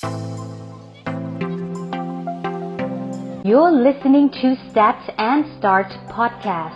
You're listening to Stats and Start podcast.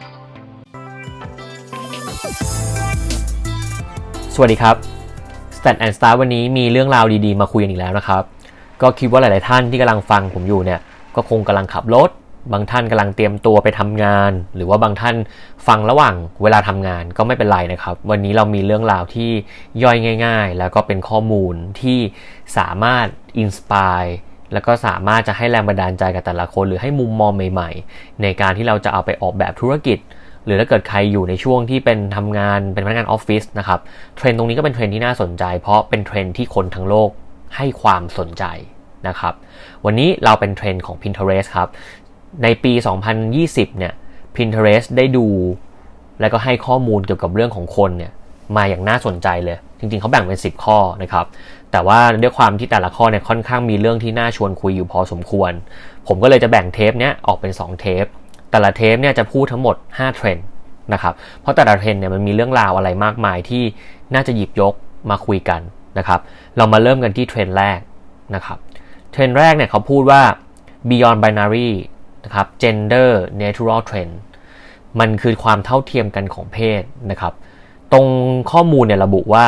สวัสดีครับ Stats and Start วันนี้มีเรื่องราวดีๆมาคุยกันอีกแล้วนะครับก็คิดว่าหลายๆท่านที่กำลังฟังผมอยู่เนี่ยก็คงกำลังขับรถบางท่านกำลังเตรียมตัวไปทำงานหรือว่าบางท่านฟังระหว่างเวลาทำงานก็ไม่เป็นไรนะครับวันนี้เรามีเรื่องราวที่ย่อยง่ายๆแล้วก็เป็นข้อมูลที่สามารถอินสไปร์แล้วก็สามารถจะให้แรงบันดาลใจกับแต่ละคนหรือให้มุมมองใหม่ๆในการที่เราจะเอาไปออกแบบธุรกิจหรือถ้าเกิดใครอยู่ในช่วงที่เป็นทำงานเป็นพนักงานออฟฟิศนะครับเทรนด์ตรงนี้ก็เป็นเทรนด์ที่น่าสนใจเพราะเป็นเทรนด์ที่คนทั้งโลกให้ความสนใจนะครับวันนี้เราเป็นเทรนด์ของ Pinterest ครับในปี 2020 เนี่ย Pinterest ได้ดูแล้วก็ให้ข้อมูลเกี่ยวกับเรื่องของคนเนี่ยมาอย่างน่าสนใจเลยจริงๆเขาแบ่งเป็น10ข้อนะครับแต่ว่าด้วยความที่แต่ละข้อเนี่ยค่อนข้างมีเรื่องที่น่าชวนคุยอยู่พอสมควรผมก็เลยจะแบ่งเทปเนี้ยออกเป็น2เทปแต่ละเทปเนี่ยจะพูดทั้งหมด5เทรนด์นะครับเพราะแต่ละเทรนด์เนี่ยมันมีเรื่องราวอะไรมากมายที่น่าจะหยิบยกมาคุยกันนะครับเรามาเริ่มกันที่เทรนด์แรกนะครับเทรนด์แรกเนี่ยเขาพูดว่า beyond binary นะครับ gender neutral trend มันคือความเท่าเทียมกันของเพศนะครับตรงข้อมูลเนี่ยระบุว่า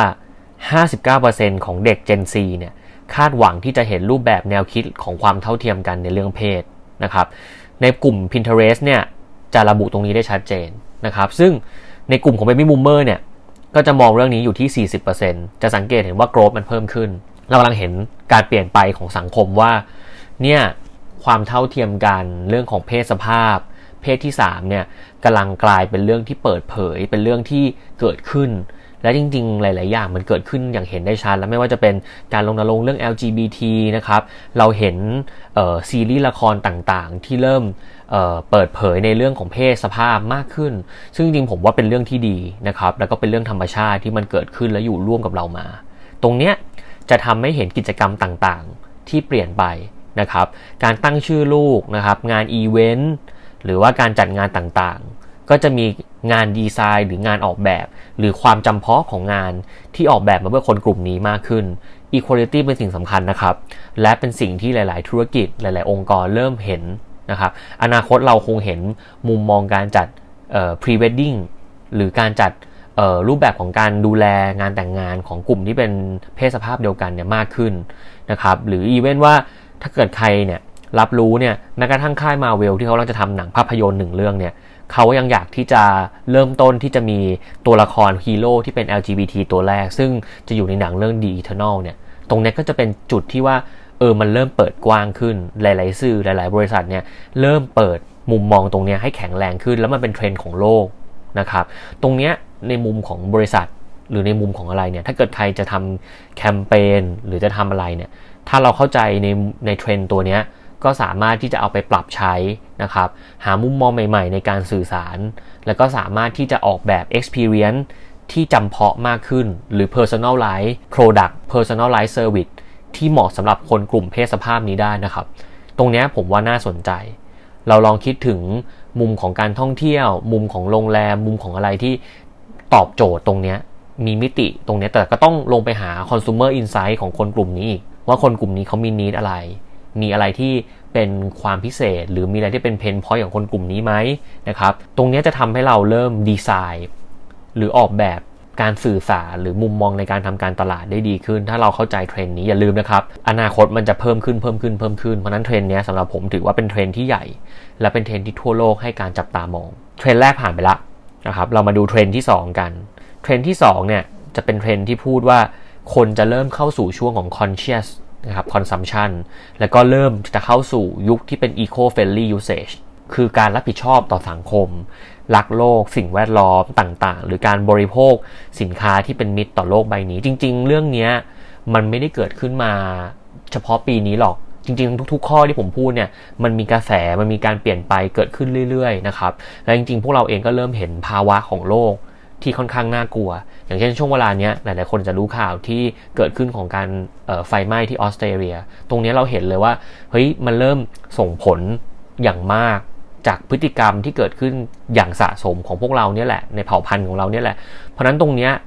59% ของเด็ก Gen Z เนี่ยคาดหวังที่จะเห็นรูปแบบแนวคิดของความเท่าเทียมกันในเรื่องเพศนะครับในกลุ่ม Pinterest เนี่ยจะระบุตรงนี้ได้ชัดเจนนะครับซึ่งในกลุ่มของ Baby Boomer เนี่ยก็จะมองเรื่องนี้อยู่ที่ 40% จะสังเกตเห็นว่า growth มันเพิ่มขึ้นเรากำลังเห็นการเปลี่ยนไปของสังคมว่าเนี่ยความเท่าเทียมกันเรื่องของเพศสภาพเพศที่3เนี่ยกำลังกลายเป็นเรื่องที่เปิดเผยเป็นเรื่องที่เกิดขึ้นและจริงๆหลายๆอย่างมันเกิดขึ้นอย่างเห็นได้ชัดแล้วไม่ว่าจะเป็นการรณรงค์เรื่อง LGBT นะครับเราเห็นซีรีส์ละครต่างๆที่เริ่มเปิดเผยในเรื่องของเพศสภาพมากขึ้นซึ่งจริงๆผมว่าเป็นเรื่องที่ดีนะครับแล้วก็เป็นเรื่องธรรมชาติที่มันเกิดขึ้นและอยู่ร่วมกับเรามาตรงเนี้ยจะทำให้เห็นกิจกรรมต่างๆที่เปลี่ยนไปนะครับการตั้งชื่อลูกนะครับงานอีเวนต์หรือว่าการจัดงานต่างๆก็จะมีงานดีไซน์หรืองานออกแบบหรือความจำเพาะของงานที่ออกแบบมาเพื่อคนกลุ่มนี้มากขึ้น Equality เป็นสิ่งสำคัญนะครับและเป็นสิ่งที่หลายๆธุรกิจหลายๆองค์กรเริ่มเห็นนะครับอนาคตเราคงเห็นมุมมองการจัดpre-wedding หรือการจัดรูปแบบของการดูแลงานแต่งงานของกลุ่มที่เป็นเพศสภาพเดียวกันเนี่ยมากขึ้นนะครับหรืออีเวนต์ว่าถ้าเกิดใครเนี่ยรับรู้เนี่ยแม้กระทั่งค่าย Marvel ที่เขากำลังจะทำหนังภาพยนตร์1เรื่องเนี่ยเขายังอยากที่จะเริ่มต้นที่จะมีตัวละครฮีโร่ที่เป็น LGBT ตัวแรกซึ่งจะอยู่ในหนังเรื่อง The Eternal เนี่ยตรงนี้ก็จะเป็นจุดที่ว่ามันเริ่มเปิดกว้างขึ้นหลายๆสื่อหลายๆบริษัทเนี่ยเริ่มเปิดมุมมองตรงนี้ให้แข็งแรงขึ้นแล้วมันเป็นเทรนด์ของโลกนะครับตรงนี้ในมุมของบริษัทหรือในมุมของอะไรเนี่ยถ้าเกิดใครจะทำแคมเปญหรือจะทำอะไรเนี่ยถ้าเราเข้าใจในเทรนด์ตัวนี้ก็สามารถที่จะเอาไปปรับใช้นะครับหามุมมองใหม่ๆในการสื่อสารแล้วก็สามารถที่จะออกแบบ experience ที่จำเพาะมากขึ้นหรือ personalize product personalize service ที่เหมาะสำหรับคนกลุ่มเพศสภาพนี้ได้นะครับตรงนี้ผมว่าน่าสนใจเราลองคิดถึงมุมของการท่องเที่ยวมุมของโรงแรมมุมของอะไรที่ตอบโจทย์ตรงนี้มีมิติตรงนี้แต่ก็ต้องลงไปหา consumer insight ของคนกลุ่มนี้อีกว่าคนกลุ่มนี้เขามี need อะไรมีอะไรที่เป็นความพิเศษหรือมีอะไรที่เป็นเพนพอยต์ของคนกลุ่มนี้ไหมนะครับตรงนี้จะทำให้เราเริ่มดีไซน์หรือออกแบบการสื่อสารหรือมุมมองในการทำการตลาดได้ดีขึ้นถ้าเราเข้าใจเทรนด์นี้อย่าลืมนะครับอนาคตมันจะเพิ่มขึ้นเพราะนั้นเทรนด์นี้สำหรับผมถือว่าเป็นเทรนด์ที่ใหญ่และเป็นเทรนด์ที่ทั่วโลกให้การจับตามองเทรนด์แรกผ่านไปละนะครับเรามาดูเทรนด์ที่2กันเทรนด์ที่2เนี่ยจะเป็นเทรนด์ที่พูดว่าคนจะเริ่มเข้าสู่ช่วงของ consciousนะครับ consumption แล้วก็เริ่มจะเข้าสู่ยุคที่เป็น eco-friendly usage คือการรับผิดชอบต่อสังคมรักโลกสิ่งแวดล้อมต่างๆหรือการบริโภคสินค้าที่เป็นมิตรต่อโลกใบนี้จริงๆเรื่องนี้มันไม่ได้เกิดขึ้นมาเฉพาะปีนี้หรอกจริงๆทุกๆข้อที่ผมพูดเนี่ยมันมีกระแสมันมีการเปลี่ยนไปเกิดขึ้นเรื่อยๆนะครับและจริงๆพวกเราเองก็เริ่มเห็นภาวะของโลกที่ค่อนข้างน่ากลัวอย่างเช่นช่วงเวลาเนี้ยหลายๆคนจะรู้ข่าวที่เกิดขึ้นของการไฟไหม้ที่ออสเตรเลียตรงนี้เราเห็นเลยว่าเฮ้ยมันเริ่มส่งผลอย่างมากจากพฤติกรรมที่เกิดขึ้นอย่างสะสมของพวกเราเนี่ยแหละในเผ่าพันธุ์ของเราเนี่ยแหละเพราะนั้นตรงเนี้ย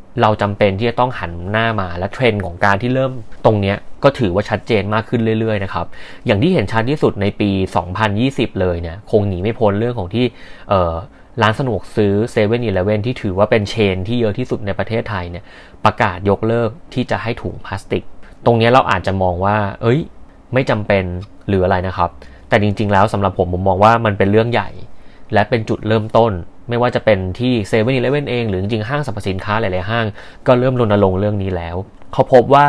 เราจำเป็นที่จะต้องหันหน้ามาและเทรนด์ของการที่เริ่มตรงนี้ก็ถือว่าชัดเจนมากขึ้นเรื่อยๆนะครับอย่างที่เห็นชัดที่สุดในปี 2020 เลยเนี่ยคงหนีไม่พ้นเรื่องของที่ร้านสะดวกซื้อ 7-Eleven ที่ถือว่าเป็นเชนที่เยอะที่สุดในประเทศไทยเนี่ยประกาศยกเลิกที่จะให้ถุงพลาสติกตรงนี้เราอาจจะมองว่าไม่จำเป็นหรืออะไรนะครับแต่จริงๆแล้วสำหรับผมมองว่ามันเป็นเรื่องใหญ่และเป็นจุดเริ่มต้นไม่ว่าจะเป็นที่ 7-Eleven เองหรือจริงๆห้างสรรพสินค้าหลายๆห้างก็เริ่มรณรงค์เรื่องนี้แล้วเขาพบว่า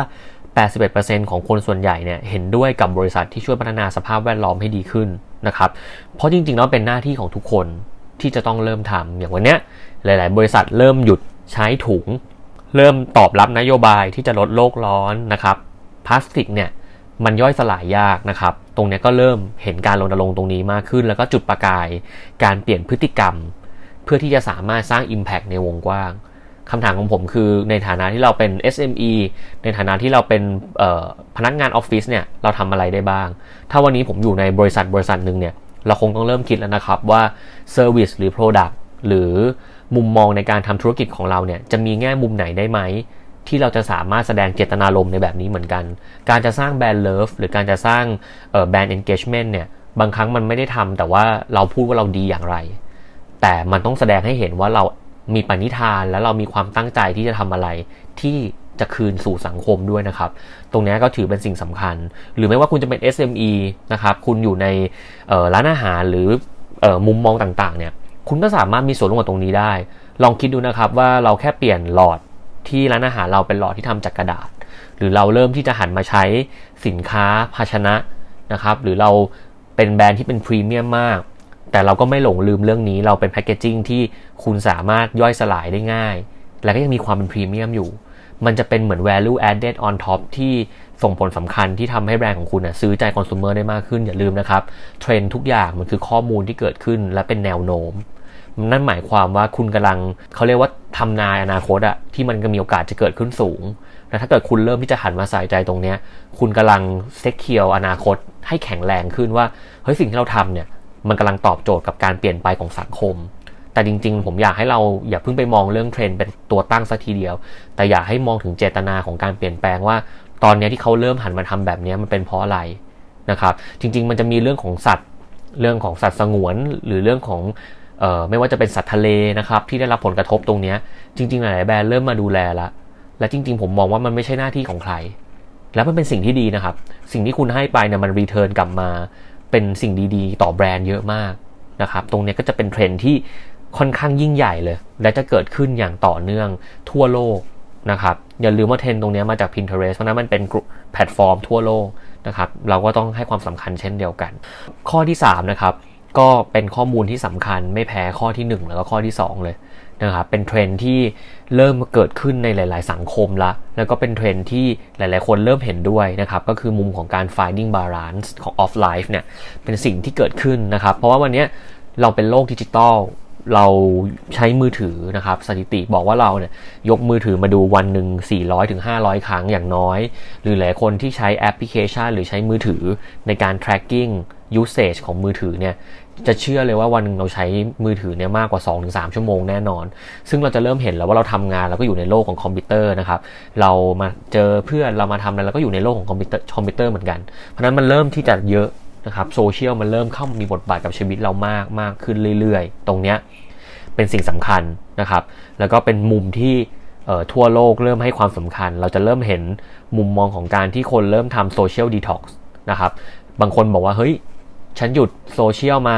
81% ของคนส่วนใหญ่เนี่ยเห็นด้วยกับบริษัทที่ช่วยพัฒนาสภาพแวดล้อมให้ดีขึ้นนะครับเพราะจริงๆแล้วเป็นหน้าที่ของทุกคนที่จะต้องเริ่มทำอย่างวันเนี้ยหลายๆบริษัทเริ่มหยุดใช้ถุงเริ่มตอบรับนโยบายที่จะลดโลกร้อนนะครับพลาสติกเนี่ยมันย่อยสลายยากนะครับตรงนี้ก็เริ่มเห็นการรณรงค์ตรงนี้มากขึ้นแล้วก็จุดประกายการเปลี่ยนพฤติกรรมเพื่อที่จะสามารถสร้าง impact ในวงกว้างคำถามของผมคือในฐานะที่เราเป็น SME ในฐานะที่เราเป็นพนักงานออฟฟิศเนี่ยเราทำอะไรได้บ้างถ้าวันนี้ผมอยู่ในบริษัทหนึ่งเนี่ยเราคงต้องเริ่มคิดแล้วนะครับว่า Service หรือ Product หรือมุมมองในการทำธุรกิจของเราเนี่ยจะมีแง่มุมไหนได้ไหมที่เราจะสามารถแสดงเจตนารมณ์ในแบบนี้เหมือนกันการจะสร้างแบรนด์เลิฟหรือการจะสร้างแบรนด์ engagement เนี่ยบางครั้งมันไม่ได้ทำแต่ว่าเราพูดว่าเราดีอย่างไรแต่มันต้องแสดงให้เห็นว่าเรามีปณิธานและเรามีความตั้งใจที่จะทำอะไรที่จะคืนสู่สังคมด้วยนะครับตรงนี้ก็ถือเป็นสิ่งสำคัญหรือไม่ว่าคุณจะเป็น SME นะครับคุณอยู่ในร้านอาหารหรือมุมมองต่างๆเนี่ยคุณก็สามารถมีส่วนร่วมกับตรงนี้ได้ลองคิดดูนะครับว่าเราแค่เปลี่ยนหลอดที่ร้านอาหารเราเป็นหลอดที่ทำจากกระดาษหรือเราเริ่มที่จะหันมาใช้สินค้าภาชนะนะครับหรือเราเป็นแบรนด์ที่เป็นพรีเมียมมากแต่เราก็ไม่หลงลืมเรื่องนี้เราเป็นแพคเกจจิ้งที่คุณสามารถย่อยสลายได้ง่ายและก็ยังมีความเป็นพรีเมียมอยู่มันจะเป็นเหมือน value added on top ที่ส่งผลสำคัญที่ทำให้แบรนด์ของคุณซื้อใจคอน sumer ได้มากขึ้นอย่าลืมนะครับเทรนด์ทุกอย่างมันคือข้อมูลที่เกิดขึ้นและเป็นแนวโน้มนั่นหมายความว่าคุณกำลังเขาเรียกว่าทำนายอนาคตที่มันก็มีโอกาสจะเกิดขึ้นสูงและถ้าเกิดคุณเริ่มที่จะหันมาใส่ใจตรงนี้คุณกำลังเซ็กเคียวอนาคตให้แข็งแรงขึ้นว่าเฮ้ยสิ่งที่เราทำเนี่ยมันกำลังตอบโจทย์กับการเปลี่ยนไปของสังคมแต่จริงๆผมอยากให้เราอย่าเพิ่งไปมองเรื่องเทรนด์เป็นตัวตั้งซะทีเดียวแต่อยากให้มองถึงเจตนาของการเปลี่ยนแปลงว่าตอนนี้ที่เขาเริ่มหันมาทำแบบนี้มันเป็นเพราะอะไรนะครับจริงๆมันจะมีเรื่องของสัตว์สงวนหรือเรื่องของไม่ว่าจะเป็นสัตว์ทะเลนะครับที่ได้รับผลกระทบตรงนี้จริงๆหลายๆแบรนด์เริ่มมาดูแลแล้วและจริงๆผมมองว่ามันไม่ใช่หน้าที่ของใครแล้วมันเป็นสิ่งที่ดีนะครับสิ่งที่คุณให้ไปเนี่ยมันรีเทิร์นกลับมาเป็นสิ่งดีๆต่อแบรนด์เยอะมากนะครับตรงนี้ก็จะเป็นเทรนด์ที่ค่อนข้างยิ่งใหญ่เลยและจะเกิดขึ้นอย่างต่อเนื่องทั่วโลกนะครับอย่าลืมว่าเทรนด์ตรงนี้มาจาก Pinterest เพราะนั้นมันเป็นแพลตฟอร์มทั่วโลกนะครับเราก็ต้องให้ความสำคัญเช่นเดียวกันข้อที่3นะครับก็เป็นข้อมูลที่สำคัญไม่แพ้ข้อที่1แล้วก็ข้อที่2เลยนะครับเป็นเทรนด์ที่เริ่มเกิดขึ้นในหลายๆสังคมแล้วก็เป็นเทรนด์ที่หลายๆคนเริ่มเห็นด้วยนะครับก็คือมุมของการ finding balance ของ off life เนี่ยเป็นสิ่งที่เกิดขึ้นนะครับเพราะว่าวันนี้เราเป็นโลกดิจิตอลเราใช้มือถือนะครับสถิติบอกว่าเราเนี่ยยกมือถือมาดูวันหนึ่ง 400-500 ครั้งอย่างน้อยหรือหลายคนที่ใช้แอปพลิเคชันหรือใช้มือถือในการ tracking usage ของมือถือเนี่ยจะเชื่อเลยว่าวันนึงเราใช้มือถือเนี่ยมากกว่า 2-3 ชั่วโมงแน่นอนซึ่งเราจะเริ่มเห็นแล้วว่าเราทำงานเราก็อยู่ในโลกของคอมพิวเตอร์นะครับเรามาเจอเพื่อนเรามาทำอะไรเราก็อยู่ในโลกของคอมพิวเตอร์เหมือนกันเพราะนั้นมันเริ่มที่จะเยอะนะครับโซเชียลมันเริ่มเข้ามีบทบาทกับชีวิตเรามากขึ้นเรื่อยๆตรงเนี้ยเป็นสิ่งสำคัญนะครับแล้วก็เป็นมุมที่ทั่วโลกเริ่มให้ความสำคัญเราจะเริ่มเห็นมุมมองของการที่คนเริ่มทำโซเชียลดีท็อกซ์นะครับบางคนบอกว่าเฮ้ยฉันหยุดโซเชียลมา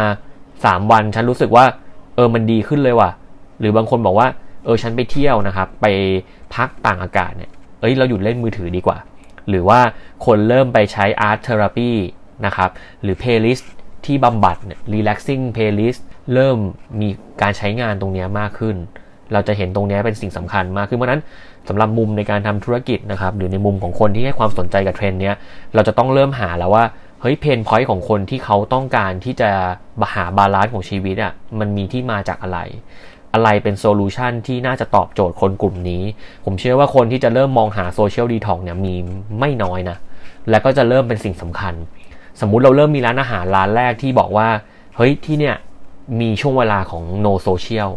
3วันฉันรู้สึกว่ามันดีขึ้นเลยว่ะหรือบางคนบอกว่าฉันไปเที่ยวนะครับไปพักต่างอากาศเนี่ยเราหยุดเล่นมือถือดีกว่าหรือว่าคนเริ่มไปใช้อาร์ตเทอราปีนะครับหรือเพลย์ลิสต์ที่บำบัดเนี่ย relaxing playlist เริ่มมีการใช้งานตรงนี้มากขึ้นเราจะเห็นตรงนี้เป็นสิ่งสำคัญมากคือเพราะนั้นสำหรับมุมในการทำธุรกิจนะครับหรือในมุมของคนที่ให้ความสนใจกับเทรนด์นี้เราจะต้องเริ่มหาแล้วว่าเฮ้ยเพนพอยต์ของคนที่เขาต้องการที่จะหาบาลานซ์ของชีวิตมันมีที่มาจากอะไรเป็นโซลูชันที่น่าจะตอบโจทย์คนกลุ่มนี้ผมเชื่อว่าคนที่จะเริ่มมองหาโซเชียลดีท็อกซ์เนี่ยมีไม่น้อยนะและก็จะเริ่มเป็นสิ่งสำคัญสมมุติเราเริ่มมีร้านอาหารร้านแรกที่บอกว่าเฮ้ยที่เนี่ยมีช่วงเวลาของ no social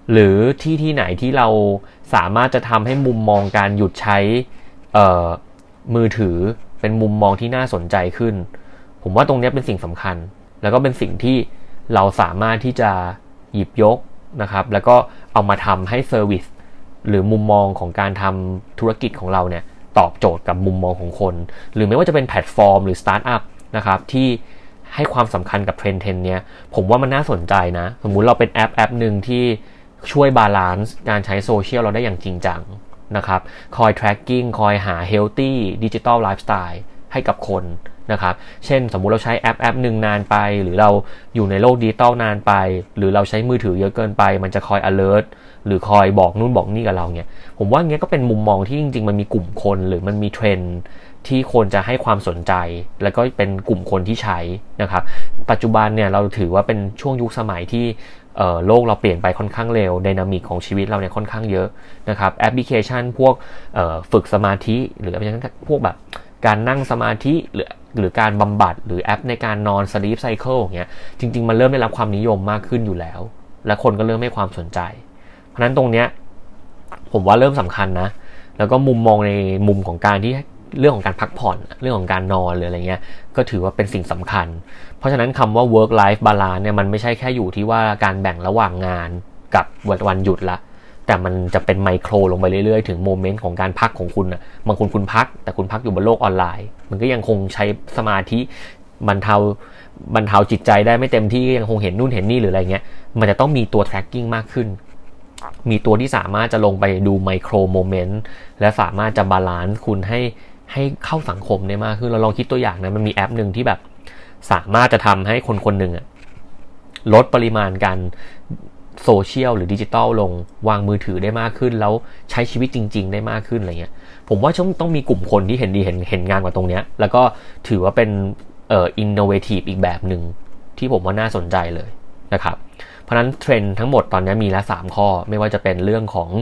หรือที่ไหนที่เราสามารถจะทำให้มุมมองการหยุดใช้มือถือเป็นมุมมองที่น่าสนใจขึ้นผมว่าตรงนี้เป็นสิ่งสำคัญแล้วก็เป็นสิ่งที่เราสามารถที่จะหยิบยกนะครับแล้วก็เอามาทำให้เซอร์วิสหรือมุมมองของการทำธุรกิจของเราเนี่ยตอบโจทย์กับมุมมองของคนหรือไม่ว่าจะเป็นแพลตฟอร์มหรือสตาร์ทอัพนะครับที่ให้ความสำคัญกับเทรนด์เนี้ยผมว่ามันน่าสนใจนะสมมุติเราเป็นแอปหนึ่งที่ช่วยบาลานซ์การใช้โซเชียลเราได้อย่างจริงจังนะครับคอย tracking คอยหา healthy digital lifestyle ให้กับคนนะครับเช่นสมมุติเราใช้แอปหนึ่งนานไปหรือเราอยู่ในโลกดิจิตอลนานไปหรือเราใช้มือถือเยอะเกินไปมันจะคอย alert หรือคอยบอกนู่นบอกนี่กับเราเนี่ยผมว่าเงี้ยก็เป็นมุมมองที่จริงๆมันมีกลุ่มคนหรือมันมีเทรนด์ที่คนจะให้ความสนใจแล้วก็เป็นกลุ่มคนที่ใช้นะครับปัจจุบันเนี่ยเราถือว่าเป็นช่วงยุคสมัยที่โลกเราเปลี่ยนไปค่อนข้างเร็วไดนามิกของชีวิตเราเนี่ยค่อนข้างเยอะนะครับแอปพลิเคชันพวกฝึกสมาธิหรือแอปพลิเคชันพวกแบบการนั่งสมาธิหรือการบำบัดหรือแอปในการนอน sleep cycle อย่างเงี้ยจริงๆมันเริ่มได้รับความนิยมมากขึ้นอยู่แล้วและคนก็เริ่มให้ความสนใจเพราะฉะนั้นตรงเนี้ยผมว่าเริ่มสำคัญนะแล้วก็มุมมองในมุมของการที่เรื่องของการพักผ่อนเรื่องของการนอนหรืออะไรเงี้ยก็ถือว่าเป็นสิ่งสำคัญเพราะฉะนั้นคำว่า work life balance เนี่ยมันไม่ใช่แค่อยู่ที่ว่าการแบ่งระหว่างงานกับวันหยุดละแต่มันจะเป็นไมโครลงไปเรื่อยๆถึงโมเมนต์ของการพักของคุณนะบางคนคุณพักแต่คุณพักอยู่บนโลกออนไลน์มันก็ยังคงใช้สมาธิบรรเทาจิตใจได้ไม่เต็มที่ยังคงเห็นนู่นเห็นนี่หรืออะไรเงี้ยมันจะต้องมีตัว tracking มากขึ้นมีตัวที่สามารถจะลงไปดูไมโครโมเมนต์และสามารถจะบาลานซ์คุณให้เข้าสังคมได้มากขึ้นเราลองคิดตัวอย่างนะมันมีแอปหนึ่งที่แบบสามารถจะทำให้คนหนึ่งลดปริมาณการโซเชียลหรือดิจิตอลลงวางมือถือได้มากขึ้นแล้วใช้ชีวิตจริงๆได้มากขึ้นอะไรเงี้ยผมว่าต้องมีกลุ่มคนที่เห็นดีเห็นงานกว่าตรงเนี้ยแล้วก็ถือว่าเป็นinnovative อีกแบบหนึ่งที่ผมว่าน่าสนใจเลยนะครับเพราะนั้นเทรนด์ทั้งหมดตอนนี้มีละ3ข้อไม่ว่าจะเป็นเรื่องของ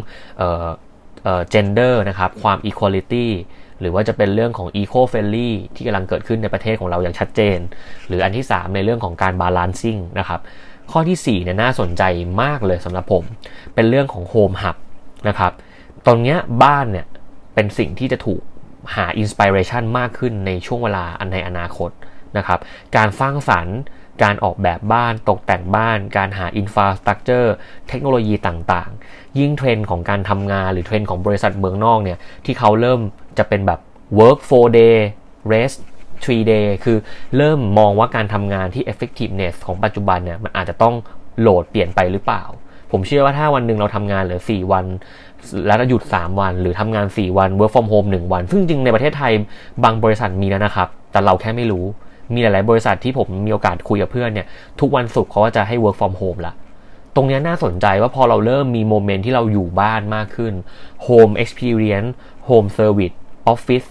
gender นะครับความ equalityหรือว่าจะเป็นเรื่องของ eco-friendly ที่กำลังเกิดขึ้นในประเทศของเราอย่างชัดเจนหรืออันที่3ในเรื่องของการ balancing นะครับข้อที่4เนี่ยน่าสนใจมากเลยสำหรับผมเป็นเรื่องของ home hub นะครับตรงเนี้ยบ้านเนี่ยเป็นสิ่งที่จะถูกหา inspiration มากขึ้นในช่วงเวลาในอนาคตนะครับการสร้างสรรค์การออกแบบบ้านตกแต่งบ้านการหา infrastructure เทคโนโลยีต่างๆยิ่งเทรนด์ของการทำงานหรือเทรนด์ของบริษัทเมืองนอกเนี่ยที่เขาเริ่มจะเป็นแบบ work 4 day rest 3 day คือเริ่มมองว่าการทำงานที่ effectiveness ของปัจจุบันเนี่ยมันอาจจะต้องโหลดเปลี่ยนไปหรือเปล่าผมเชื่อว่าถ้าวันหนึ่งเราทำงานเหลือ4วันแล้วหยุด3วันหรือทำงาน4วัน work from home 1วันซึ่งจริงในประเทศไทยบางบริษัทมีแล้วนะครับแต่เราแค่ไม่รู้มีหลายๆบริษัทที่ผมมีโอกาสคุยกับเพื่อนเนี่ยทุกวันศุกร์เขาก็จะให้ work from home ละตรงนี้น่าสนใจว่าพอเราเริ่มมีโมเมนต์ที่เราอยู่บ้านมากขึ้น home experience home service office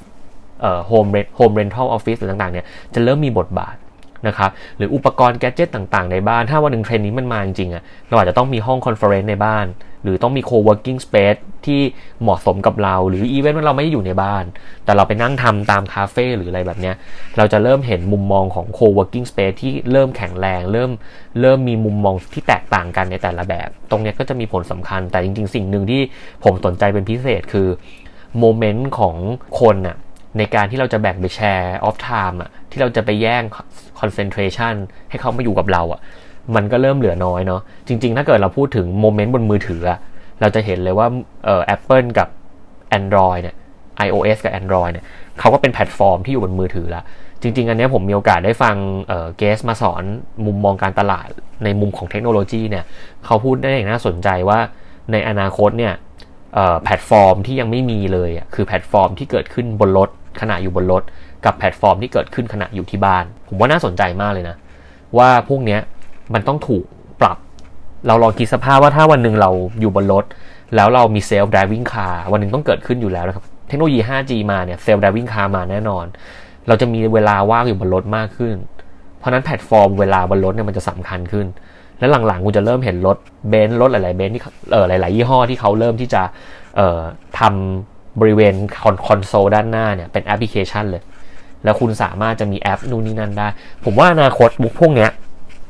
home rental office หรือต่างๆเนี่ยจะเริ่มมีบทบาทนะครับหรืออุปกรณ์แกดเจ็ตต่างๆในบ้านถ้าวันหนึ่งเทรนด์นี้มันมาจริงๆเราอาจจะต้องมีห้องคอนเฟอเรนซ์ในบ้านหรือต้องมี co-working space ที่เหมาะสมกับเราหรืออีเวนต์ว่าเราไม่ได้อยู่ในบ้านแต่เราไปนั่งทำตามคาเฟ่หรืออะไรแบบเนี้ยเราจะเริ่มเห็นมุมมองของ co-working space ที่เริ่มแข็งแรงเริ่มมีมุมมองที่แตกต่างกันในแต่ละแบบตรงนี้ก็จะมีผลสำคัญแต่จริงๆสิ่งหนึ่งที่ผมสนใจเป็นพิเศษคือโมเมนต์ของคนน่ะในการที่เราจะแบ่งไปแชร์ออฟไทม์ที่เราจะไปแย่งคอนเซนเทรชันให้เขามาอยู่กับเรามันก็เริ่มเหลือน้อยเนาะจริงๆถ้าเกิดเราพูดถึงโมเมนต์บนมือถือเราจะเห็นเลยว่าApple กับ Android เนี่ย iOS กับ Android เนี่ยเขาก็เป็นแพลตฟอร์มที่อยู่บนมือถือละจริงๆอันนี้ผมมีโอกาสได้ฟังเกสมาสอนมุมมองการตลาดในมุมของเทคโนโลยีเนี่ยเขาพูดได้อย่างน่าสนใจว่าในอนาคตเนี่ยแพลตฟอร์มที่ยังไม่มีเลยคือแพลตฟอร์มที่เกิดขึ้นบนรถขณะอยู่บนรถกับแพลตฟอร์มที่เกิดขึ้นขณะอยู่ที่บ้านผมว่าน่าสนใจมากเลยนะว่าพวกเนี้ยมันต้องถูกปรับเราลองคิดสภาพว่าถ้าวันหนึ่งเราอยู่บนรถแล้วเรามีเซลฟ์ไดรวิ่งคาร์วันหนึ่งต้องเกิดขึ้นอยู่แล้วนะครับเทคโนโลยี 5G มาเนี่ยเซลฟ์ไดรวิ่งคาร์มาแน่นอนเราจะมีเวลาว่างอยู่บนรถมากขึ้นเพราะนั้นแพลตฟอร์มเวลาบนรถเนี่ยมันจะสำคัญขึ้นแล้วหลังๆคุณจะเริ่มเห็นรถเบนซ์รถหลายๆเบนซ์ที่หลายๆยี่ห้อที่เขาเริ่มที่จะทำบริเวณคอนโซลด้านหน้าเนี่ยเป็นแอปพลิเคชันเลยแล้วคุณสามารถจะมีแอปนู่นนี่นั่นได้ผมว่าอนาคตพวกเนี้ย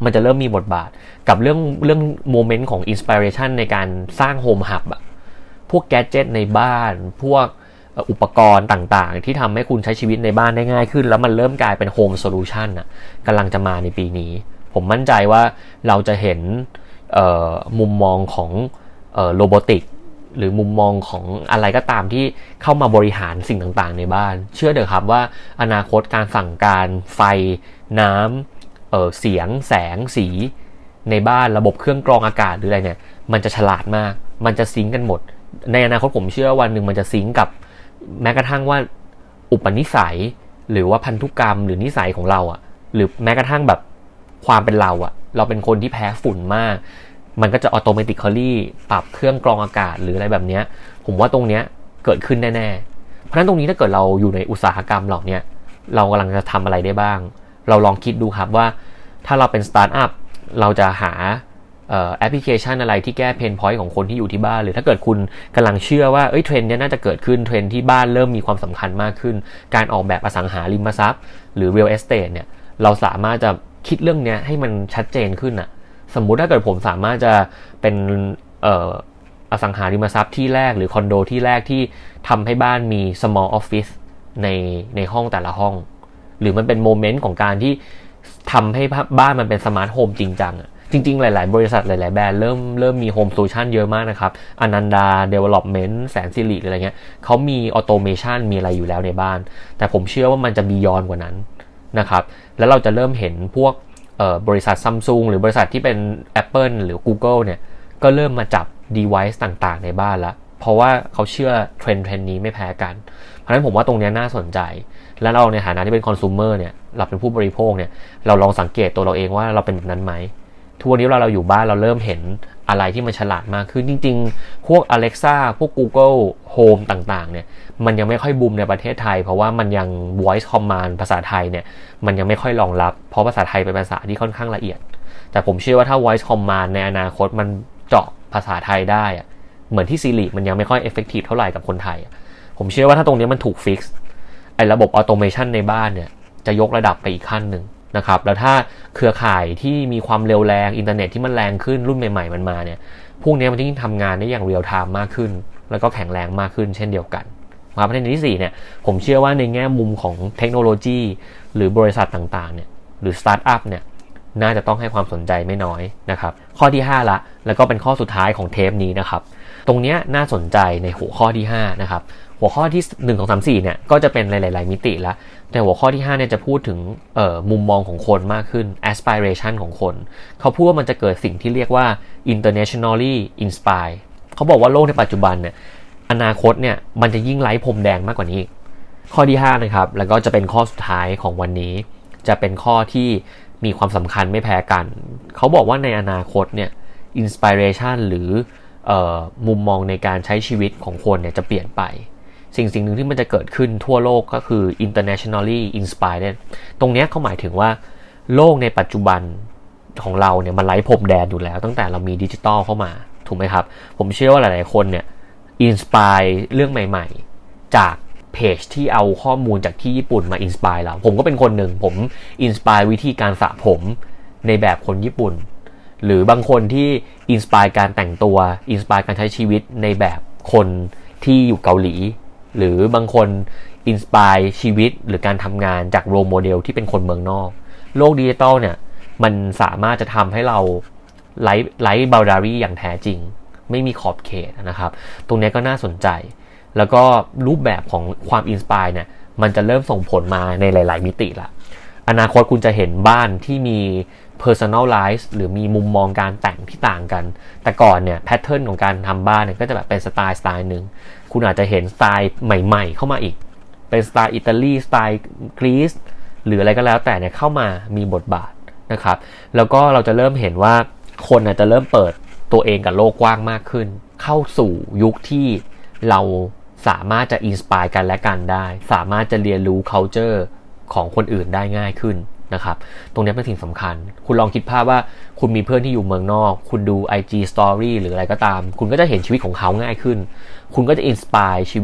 มันจะเริ่มมีบทบาทกับเรื่องโมเมนต์ของอินสปิเรชันในการสร้างโฮมฮับอะพวกแกดเจ็ตในบ้านพวกอุปกรณ์ต่างๆที่ทำให้คุณใช้ชีวิตในบ้านได้ง่ายขึ้นแล้วมันเริ่มกลายเป็นโฮมโซลูชันน่ะกำลังจะมาในปีนี้ผมมั่นใจว่าเราจะเห็นมุมมองของโรบอติกหรือมุมมองของอะไรก็ตามที่เข้ามาบริหารสิ่งต่างๆในบ้านเชื่อเถอะครับว่าอนาคตการสั่งการไฟน้ำเสียงแสงสีในบ้านระบบเครื่องกรองอากาศหรืออะไรเนี่ยมันจะฉลาดมากมันจะซิงก์กันหมดในอนาคตผมเชื่อวันหนึ่งมันจะซิงก์กับแม้กระทั่งว่าอุปนิสัยหรือว่าพันธุกรรมหรือนิสัยของเราอ่ะหรือแม้กระทั่งแบบความเป็นเราอ่ะเราเป็นคนที่แพ้ฝุ่นมากมันก็จะออโตเมติคอลี่ปรับเครื่องกรองอากาศหรืออะไรแบบนี้ผมว่าตรงเนี้ยเกิดขึ้นแน่ๆเพราะฉะนั้นตรงนี้ถ้าเกิดเราอยู่ในอุตสาหกรรมเหล่านี้เรากำลังจะทำอะไรได้บ้างเราลองคิดดูครับว่าถ้าเราเป็นสตาร์ทอัพเราจะหาแอปพลิเคชันอะไรที่แก้เพนพอยต์ของคนที่อยู่ที่บ้านหรือถ้าเกิดคุณกำลังเชื่อว่าเทรนด์นี้น่าจะเกิดขึ้นเทรนด์ที่บ้านเริ่มมีความสำคัญมากขึ้นการออกแบบอสังหาริมทรัพย์หรือ real estate เนี่ยเราสามารถจะคิดเรื่องนี้ให้มันชัดเจนขึ้นอ่ะสมมุติถ้าเกิดผมสามารถจะเป็นอสังหาริมทรัพย์ที่แรกหรือคอนโดที่แรกที่ทำให้บ้านมี small office ในห้องแต่ละห้องหรือมันเป็นโมเมนต์ของการที่ทำให้บ้านมันเป็นสมาร์ทโฮมจริงจังอ่ะจริงๆหลายๆบริษัทหลายๆแบรนด์เริ่มมีโฮมโซลูชันเยอะมากนะครับอนันดา Development แสนสิริอะไรเงี้ยเขามีออโตเมชันมีอะไรอยู่แล้วในบ้านแต่ผมเชื่อว่ามันจะบียอนกว่านั้นนะครับแล้วเราจะเริ่มเห็นพวกบริษัท Samsung หรือบริษัทที่เป็น Apple หรือ Google เนี่ยก็เริ่มมาจับ device ต่างๆในบ้านแล้วเพราะว่าเขาเชื่อเทรนด์นี้ไม่แพ้กันเพราะฉะนั้นผมว่าตรงนี้น่าสนใจและเราในฐานะที่เป็นคอน sumer เนี่ยเราเป็นผู้บริโภคเนี่ยเราลองสังเกตตัวเราเองว่าเราเป็นแบบนั้นไหมทุกวันนี้เราอยู่บ้านเราเริ่มเห็นอะไรที่มันฉลาดมากขึ้นจริงๆพวก Alexa พวก Google Home ต่างๆเนี่ยมันยังไม่ค่อยบูมในประเทศไทยเพราะว่ามันยัง voice command ภาษาไทยเนี่ยมันยังไม่ค่อยรองรับเพราะภาษาไทยเป็นภาษาที่ค่อนข้างละเอียดแต่ผมเชื่อว่าถ้า voice command ในอนาคตมันเจาะภาษาไทยได้อะเหมือนที่ Siri มันยังไม่ค่อย effective เท่าไหร่กับคนไทยผมเชื่อว่าถ้าตรงนี้มันถูก fix ไอ้ระบบ automation ในบ้านเนี่ยจะยกระดับไปอีกขั้นนึงนะครับแล้วถ้าเครือข่ายที่มีความเร็วแรงอินเทอร์เน็ตที่มันแรงขึ้นรุ่นใหม่ๆมันมาเนี่ยพวกนี้มันยิ่งทำงานได้อย่างเรียลไทม์มากขึ้นแล้วก็แข็งแรงมากขึ้นเช่นเดียวกันมาประเด็นที่4เนี่ยผมเชื่อว่าในแง่มุมของเทคโนโลยีหรือบริษัทต่างๆเนี่ยหรือสตาร์ทอัพเนี่ยน่าจะต้องให้ความสนใจไม่น้อยนะครับข้อที่5ละแล้วก็เป็นข้อสุดท้ายของเทปนี้นะครับตรงนี้น่าสนใจในหัวข้อที่5นะครับหัวข้อที่1 2 3 4เนี่ยก็จะเป็นหลายๆมิติละแต่หัวข้อที่5เนี่ยจะพูดถึงมุมมองของคนมากขึ้น aspiration ของคนเขาพูดว่ามันจะเกิดสิ่งที่เรียกว่า internationally inspired เขาบอกว่าโลกในปัจจุบันเนี่ยอนาคตเนี่ยมันจะยิ่งไร้พรมแดงมากกว่านี้ข้อที่5นะครับแล้วก็จะเป็นข้อสุดท้ายของวันนี้จะเป็นข้อที่มีความสำคัญไม่แพ้กันเขาบอกว่าในอนาคตเนี่ย inspiration หรือมุมมองในการใช้ชีวิตของคนเนี่ยจะเปลี่ยนไปสิ่งหนึ่งที่มันจะเกิดขึ้นทั่วโลกก็คือ internationally inspired ตรงนี้เขาหมายถึงว่าโลกในปัจจุบันของเราเนี่ยมันไร้พรมแดนอยู่แล้วตั้งแต่เรามีดิจิตอลเข้ามาถูกไหมครับผมเชื่อว่าหลายๆคนเนี่ยอินสปายเรื่องใหม่ๆจากเพจที่เอาข้อมูลจากที่ญี่ปุ่นมาอินสปายเราผมก็เป็นคนหนึ่งผมอินสปายวิธีการสระผมในแบบคนญี่ปุ่นหรือบางคนที่อินสปายการแต่งตัวอินสปายการใช้ชีวิตในแบบคนที่อยู่เกาหลีหรือบางคนอินสปายชีวิตหรือการทำงานจากโรลโมเดลที่เป็นคนเมืองนอกโลกดิจิตอลเนี่ยมันสามารถจะทำให้เราไร้บาวดารี่อย่างแท้จริงไม่มีขอบเขตนะครับตรงนี้ก็น่าสนใจแล้วก็รูปแบบของความอินสปายเนี่ยมันจะเริ่มส่งผลมาในหลายๆมิติละอนาคตคุณจะเห็นบ้านที่มี personalize หรือมีมุมมองการแต่งที่ต่างกันแต่ก่อนเนี่ยแพทเทิร์นของการทำบ้านเนี่ยก็จะแบบเป็นสไตล์นึงคุณอาจจะเห็นสไตล์ใหม่ๆเข้ามาอีกเป็นสไตล์อิตาลีสไตล์กรีซหรืออะไรก็แล้วแต่เนี่ยเข้ามามีบทบาทนะครับแล้วก็เราจะเริ่มเห็นว่าคนอาจจะเริ่มเปิดตัวเองกับโลกกว้างมากขึ้นเข้าสู่ยุคที่เราสามารถจะอินสปายกันและกันได้สามารถจะเรียนรู้ culture ของคนอื่นได้ง่ายขึ้นนะครับตรงนี้เป็นสิ่งสำคัญคุณลองคิดภาพว่าคุณมีเพื่อนที่อยู่เมืองนอกคุณดู IG Story หรืออะไรก็ตามคุณก็จะเห็นชีวิตของเขาง่ายขึ้นคุณก็จะอินสปายชีวิต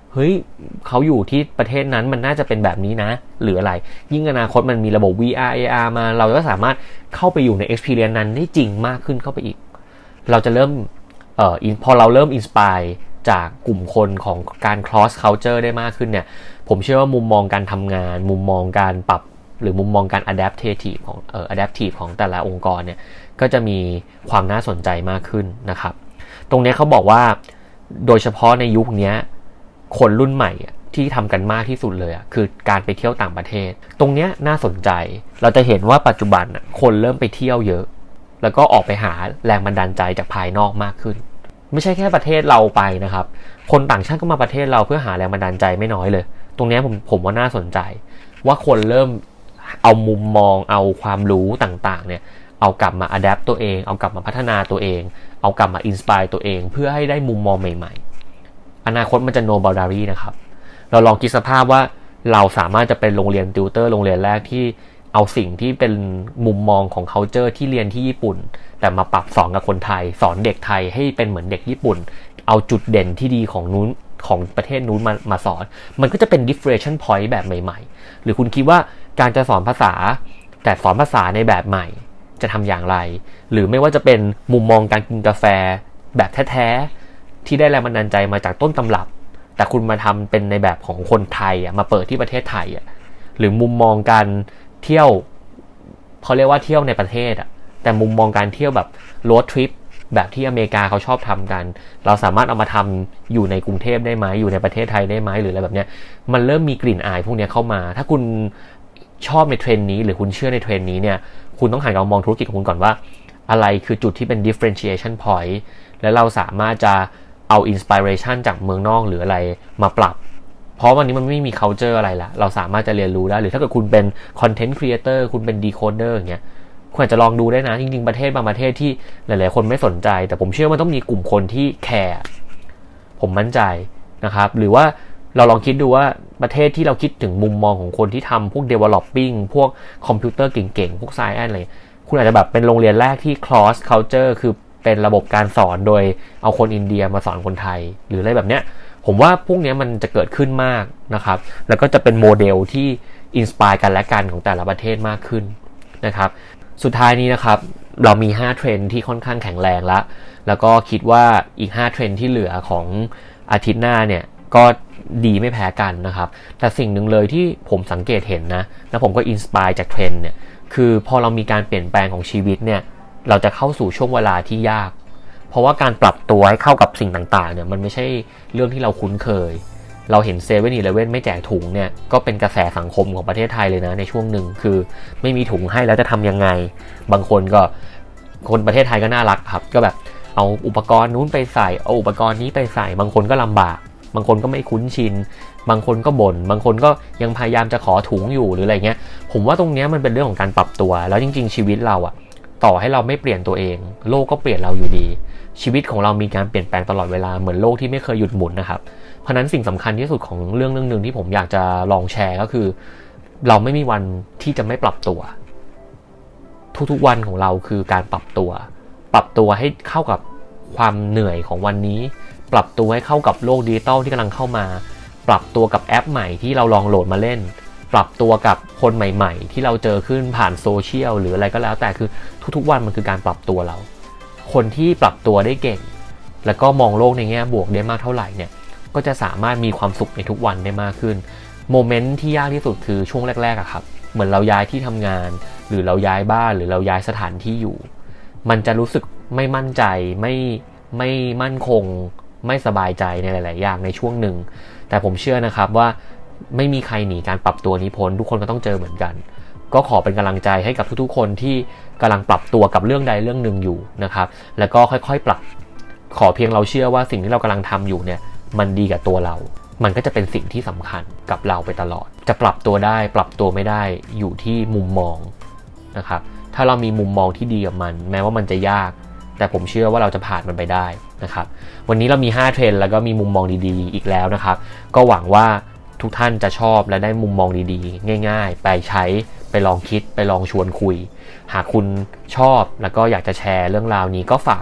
เฮ้ยเขาอยู่ที่ประเทศนั้นมันน่าจะเป็นแบบนี้นะหรืออะไรยิ่งอนาคตมันมีระบบ VR AR มาเราก็สามารถเข้าไปอยู่ใน experience นั้นได้จริงมากขึ้นเข้าไปอีกเราจะเริ่มพอเราเริ่ม inspire จากกลุ่มคนของการ cross culture ได้มากขึ้นเนี่ยผมเชื่อว่ามุมมองการทำงานมุมมองการปรับหรือมุมมองการ adaptive ของadaptive ของแต่ละองค์กรเนี่ยก็จะมีความน่าสนใจมากขึ้นนะครับตรงนี้เขาบอกว่าโดยเฉพาะในยุคนี้คนรุ่นใหม่ที่ทำกันมากที่สุดเลยคือการไปเที่ยวต่างประเทศตรงนี้น่าสนใจเราจะเห็นว่าปัจจุบันคนเริ่มไปเที่ยวเยอะแล้วก็ออกไปหาแรงบันดาลใจจากภายนอกมากขึ้นไม่ใช่แค่ประเทศเราไปนะครับคนต่างชาติก็มาประเทศเราเพื่อหาแรงบันดาลใจไม่น้อยเลยตรงนี้ผมว่าน่าสนใจว่าคนเริ่มเอามุมมองเอาความรู้ต่างๆเนี่ยเอากลับมา adapt ตัวเองเอากลับมาพัฒนาตัวเองเอากลับมา inspire ตัวเองเพื่อให้ได้มุมมองใหม่ๆอนาคตมันจะ no boundary นะครับเราลองคิดสภาพว่าเราสามารถจะเป็นโรงเรียนติวเตอร์โรงเรียนแรกที่เอาสิ่งที่เป็นมุมมองของ culture ที่เรียนที่ญี่ปุ่นแต่มาปรับสอนกับคนไทยสอนเด็กไทยให้เป็นเหมือนเด็กญี่ปุ่นเอาจุดเด่นที่ดีของนู้นของประเทศนู้นมาสอนมันก็จะเป็น differentiation point แบบใหม่ๆหรือคุณคิดว่าการจะสอนภาษาแต่สอนภาษาในแบบใหม่จะทำอย่างไรหรือไม่ว่าจะเป็นมุมมองการกินกาแฟแบบแท้ๆที่ได้แรงบันดาลใจมาจากต้นตำรับแต่คุณมาทำเป็นในแบบของคนไทยมาเปิดที่ประเทศไทยหรือมุมมองการเที่ยวเขาเรียกว่าเที่ยวในประเทศแต่มุมมองการเที่ยวแบบโรดทริปแบบที่อเมริกาเขาชอบทำกันเราสามารถเอามาทำอยู่ในกรุงเทพได้ไหมอยู่ในประเทศไทยได้ไหมหรืออะไรแบบเนี้ยมันเริ่มมีกลิ่นอายพวกนี้เข้ามาถ้าคุณชอบในเทรนด์นี้หรือคุณเชื่อในเทรนด์นี้เนี่ยคุณต้องหันกลับมองธุรกิจของคุณก่อนว่าอะไรคือจุดที่เป็น differentiation point และเราสามารถจะเอา inspiration จากเมืองนอกหรืออะไรมาปรับเพราะวันนี้มันไม่มี culture อะไรละเราสามารถจะเรียนรู้ได้หรือถ้าเกิดคุณเป็น content creator คุณเป็น decoder อย่างเงี้ยคุณอาจจะลองดูได้นะจริงๆประเทศบางประเทศที่หลายๆคนไม่สนใจแต่ผมเชื่อว่ามันต้องมีกลุ่มคนที่แคร์ผมมั่นใจนะครับหรือว่าเราลองคิดดูว่าประเทศที่เราคิดถึงมุมมองของคนที่ทำพวก developing พวกคอมพิวเตอร์เก่งๆพวก science อะไรคุณอาจจะแบบเป็นโรงเรียนแรกที่ cross culture คือเป็นระบบการสอนโดยเอาคนอินเดียมาสอนคนไทยหรืออะไรแบบเนี้ยผมว่าพวกนี้มันจะเกิดขึ้นมากนะครับแล้วก็จะเป็นโมเดลที่อินสไปร์กันและกันของแต่ละประเทศมากขึ้นนะครับสุดท้ายนี้นะครับเรามี5เทรนด์ที่ค่อนข้างแข็งแรงแล้วก็คิดว่าอีก5เทรนด์ที่เหลือของอาทิตย์หน้าเนี่ยก็ดีไม่แพ้กันนะครับแต่สิ่งหนึ่งเลยที่ผมสังเกตเห็นนะแล้วผมก็อินสไปร์จากเทรนด์เนี่ยคือพอเรามีการเปลี่ยนแปลงของชีวิตเนี่ยเราจะเข้าสู่ช่วงเวลาที่ยากเพราะว่าการปรับตัวให้เข้ากับสิ่งต่างๆเนี่ยมันไม่ใช่เรื่องที่เราคุ้นเคยเราเห็น7-11ไม่แจกถุงเนี่ยก็เป็นกระแสสังคมของประเทศไทยเลยนะในช่วงหนึ่งคือไม่มีถุงให้แล้วจะทำยังไงบางคนก็คนประเทศไทยก็น่ารักครับก็แบบเอาอุปกรณ์นู้นไปใส่เอาอุปกรณ์นี้ไปใส่บางคนก็ลำบากบางคนก็ไม่คุ้นชินบางคนก็บ่นบางคนก็ยังพยายามจะขอถุงอยู่หรืออะไรเงี้ยผมว่าตรงนี้มันเป็นเรื่องของการปรับตัวแล้วจริงๆชีวิตเราต่อให้เราไม่เปลี่ยนตัวเองโลกก็เปลี่ยนเราอยู่ดีชีวิตของเรามีการเปลี่ยนแปลงตลอดเวลาเหมือนโลกที่ไม่เคยหยุดหมุนนะครับเพราะนั้นสิ่งสำคัญที่สุดของเรื่องนึงที่ผมอยากจะลองแชร์ก็คือเราไม่มีวันที่จะไม่ปรับตัวทุกๆวันของเราคือการปรับตัวให้เข้ากับความเหนื่อยของวันนี้ปรับตัวให้เข้ากับโลกดิจิตอลที่กำลังเข้ามาปรับตัวกับแอปใหม่ที่เราลองโหลดมาเล่นปรับตัวกับคนใหม่ๆที่เราเจอขึ้นผ่านโซเชียลหรืออะไรก็แล้วแต่คือทุกๆวันมันคือการปรับตัวเราคนที่ปรับตัวได้เก่งแล้วก็มองโลกในแง่บวกได้มากเท่าไหร่เนี่ยก็จะสามารถมีความสุขในทุกวันได้มากขึ้นโมเมนต์ที่ยากที่สุดคือช่วงแรกๆครับเหมือนเราย้ายที่ทำงานหรือเราย้ายบ้านหรือเราย้ายสถานที่อยู่มันจะรู้สึกไม่มั่นใจไม่มั่นคงไม่สบายใจในหลายๆอย่างในช่วงหนึ่งแต่ผมเชื่อนะครับว่าไม่มีใครหนีการปรับตัวนี้พ้นทุกคนก็ต้องเจอเหมือนกันก็ขอเป็นกำลังใจให้กับทุกๆคนที่กำลังปรับตัวกับเรื่องใดเรื่องหนึ่งอยู่นะครับแล้วก็ค่อยๆปรับขอเพียงเราเชื่อว่าสิ่งที่เรากำลังทำอยู่เนี่ยมันดีกับตัวเรามันก็จะเป็นสิ่งที่สำคัญกับเราไปตลอดจะปรับตัวได้ปรับตัวไม่ได้อยู่ที่มุมมองนะครับถ้าเรามีมุมมองที่ดีกับมันแม้ว่ามันจะยากแต่ผมเชื่อว่าเราจะผ่านมันไปได้นะครับวันนี้เรามี5เทรนด์แล้วก็มีมุมมองดีๆอีกแล้วนะครับก็หวังว่าทุกท่านจะชอบและได้มุมมองดีๆง่ายๆไปใช้ไปลองคิดไปลองชวนคุยหากคุณชอบแล้วก็อยากจะแชร์เรื่องราวนี้ก็ฝาก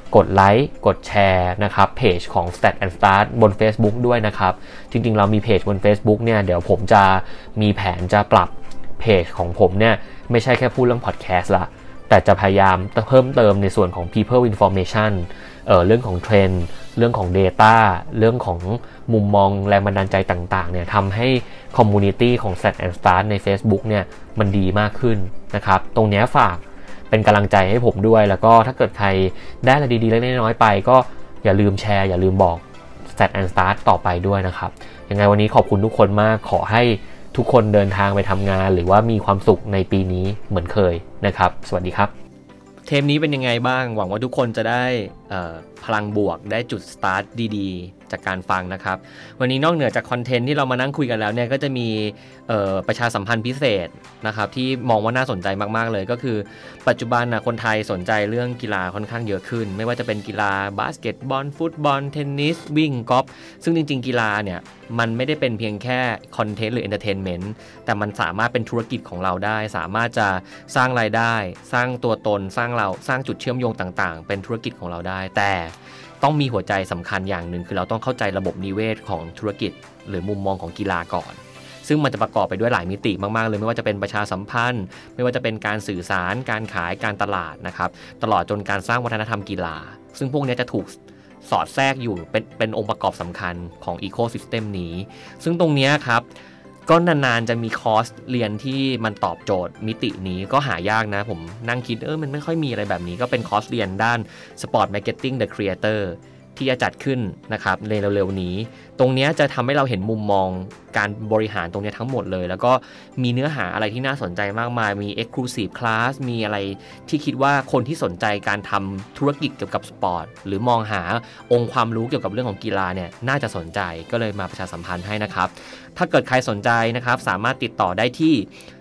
กดไลค์กดแชร์นะครับเพจของ Stat and Start บน Facebook ด้วยนะครับจริงๆเรามีเพจบน Facebook เนี่ยเดี๋ยวผมจะมีแผนจะปรับเพจของผมเนี่ยไม่ใช่แค่พูดเรื่อง podcast ละแต่จะพยายามเพิ่มเติมในส่วนของ people information เรื่องของเทรนด์เรื่องของ data เรื่องของมุมมองแรงบันดาลใจต่างๆเนี่ยทำให้ community ของ Stat and Start ใน Facebook เนี่ยมันดีมากขึ้นนะครับตรงนี้ฝากเป็นกำลังใจให้ผมด้วยแล้วก็ถ้าเกิดใครได้อะไรดีๆเล็กๆน้อยๆไปก็อย่าลืมแชร์อย่าลืมบอก Stat and Start ต่อไปด้วยนะครับยังไงวันนี้ขอบคุณทุกคนมากขอให้ทุกคนเดินทางไปทำงานหรือว่ามีความสุขในปีนี้เหมือนเคยนะครับสวัสดีครับเทปนี้เป็นยังไงบ้างหวังว่าทุกคนจะได้พลังบวกได้จุดสตาร์ทดีๆจากการฟังนะครับวันนี้นอกเหนือจากคอนเทนต์ที่เรามานั่งคุยกันแล้วเนี่ยก็จะมีประชาสัมพันธ์พิเศษนะครับที่มองว่าน่าสนใจมากๆเลยก็คือปัจจุบันคนไทยสนใจเรื่องกีฬาค่อนข้างเยอะขึ้นไม่ว่าจะเป็นกีฬาบาสเกตบอลฟุตบอลเทนนิสวิ่งกอล์ฟซึ่งจริงๆกีฬาเนี่ยมันไม่ได้เป็นเพียงแค่คอนเทนต์หรือเอนเตอร์เทนเมนต์แต่มันสามารถเป็นธุรกิจของเราได้สามารถจะสร้างรายได้สร้างตัวตนสร้างจุดเชื่อมโยงต่างๆเป็นธุรกิจของเราได้แต่ต้องมีหัวใจสำคัญอย่างหนึ่งคือเราต้องเข้าใจระบบนิเวศของธุรกิจหรือมุมมองของกีฬาก่อนซึ่งมันจะประกอบไปด้วยหลายมิติมากๆเลยไม่ว่าจะเป็นประชาสัมพันธ์ไม่ว่าจะเป็นการสื่อสารการขายการตลาดนะครับตลอดจนการสร้างวัฒนธรรมกีฬาซึ่งพวกนี้จะถูกสอดแทรกอยู่เป็นองค์ประกอบสำคัญของอีโคซิสเต็มนี้ซึ่งตรงนี้ครับก็นานๆจะมีคอร์สเรียนที่มันตอบโจทย์มิตินี้ก็หายากนะผมนั่งคิดมันไม่ค่อยมีอะไรแบบนี้ก็เป็นคอร์สเรียนด้าน Sport Marketing the Creator ที่จะจัดขึ้นนะครับในเร็วๆนี้ตรงนี้จะทำให้เราเห็นมุมมองการบริหารตรงนี้ทั้งหมดเลยแล้วก็มีเนื้อหาอะไรที่น่าสนใจมากมายมี Exclusive Class มีอะไรที่คิดว่าคนที่สนใจการทำธุรกิจเกี่ยวกับสปอร์ตหรือมองหาองค์ความรู้เกี่ยวกับเรื่องของกีฬาเนี่ยน่าจะสนใจก็เลยมาประชาสัมพันธ์ให้นะครับถ้าเกิดใครสนใจนะครับสามารถติดต่อได้ที่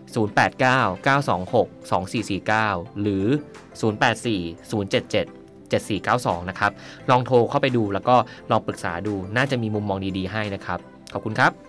089-926-2449 หรือ 084-077-7492 นะครับลองโทรเข้าไปดูแล้วก็ลองปรึกษาดูน่าจะมีมุมมองดีๆให้นะครับขอบคุณครับ